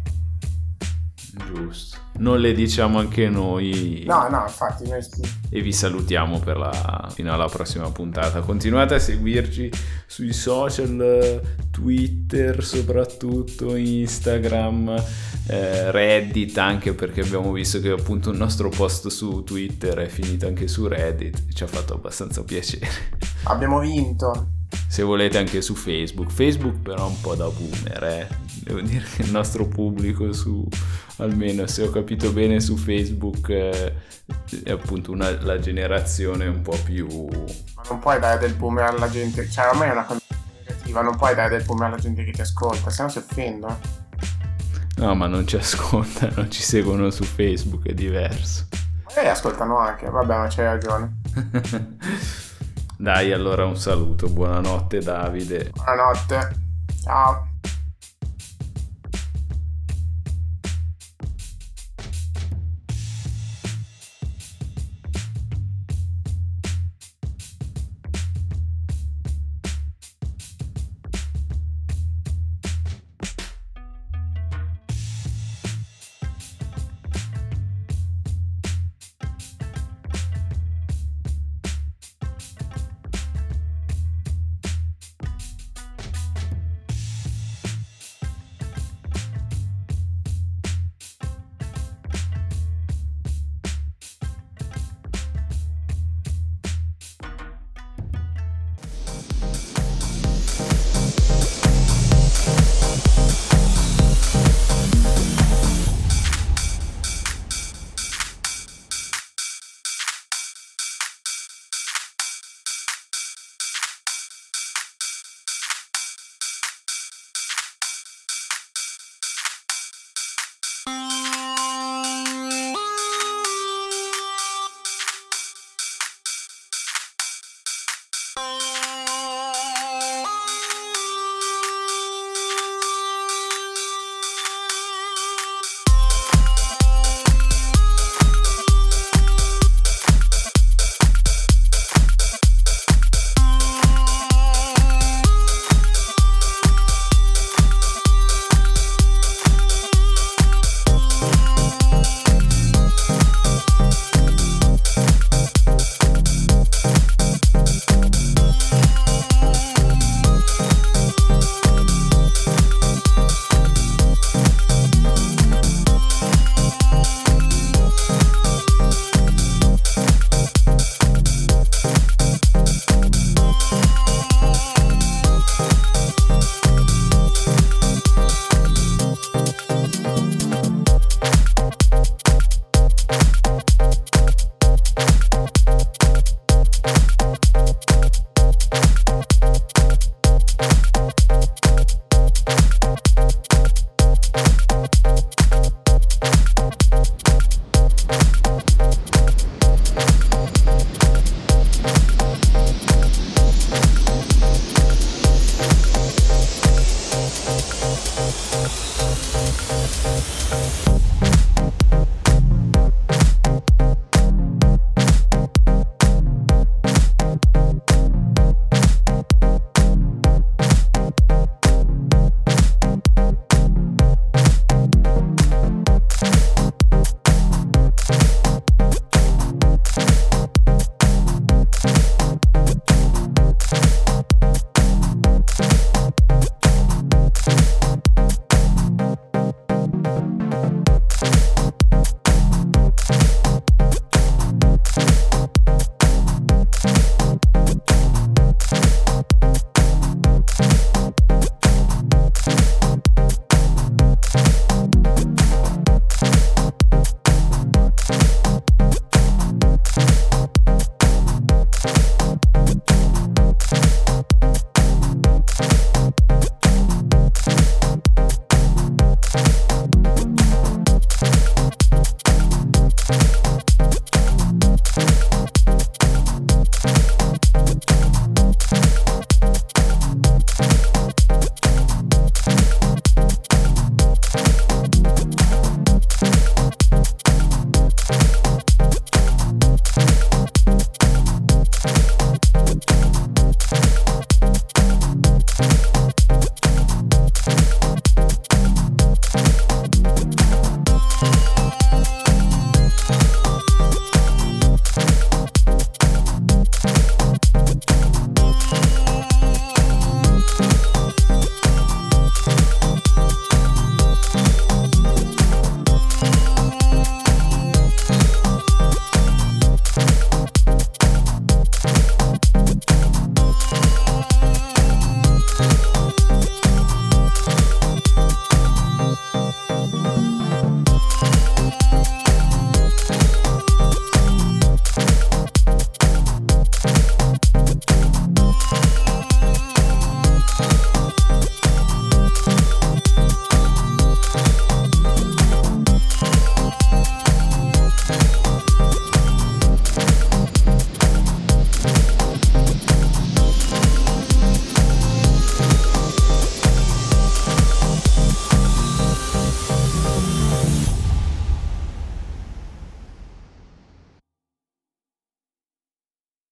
[SPEAKER 1] Giusto. Non le diciamo anche noi.
[SPEAKER 2] No, no, infatti noi sì.
[SPEAKER 1] E vi salutiamo per la fino alla prossima puntata. Continuate a seguirci sui social, Twitter soprattutto, Instagram, eh, Reddit, anche perché abbiamo visto che appunto il nostro post su Twitter è finito anche su Reddit, ci ha fatto abbastanza piacere.
[SPEAKER 2] Abbiamo vinto.
[SPEAKER 1] Se volete anche su Facebook. Facebook però è un po' da boomer, eh. Devo dire che il nostro pubblico su, almeno se ho capito bene, su Facebook eh, è appunto una, la generazione un po' più...
[SPEAKER 2] Ma non puoi dare del boomer alla gente, cioè ormai è una cosa negativa, non puoi dare del boomer alla gente che ti ascolta, se no si offendono.
[SPEAKER 1] No, ma non ci ascoltano, ci seguono su Facebook, è diverso.
[SPEAKER 2] Magari ascoltano anche, vabbè, ma c'hai ragione.
[SPEAKER 1] Dai, allora un saluto, buonanotte Davide.
[SPEAKER 2] Buonanotte, ciao.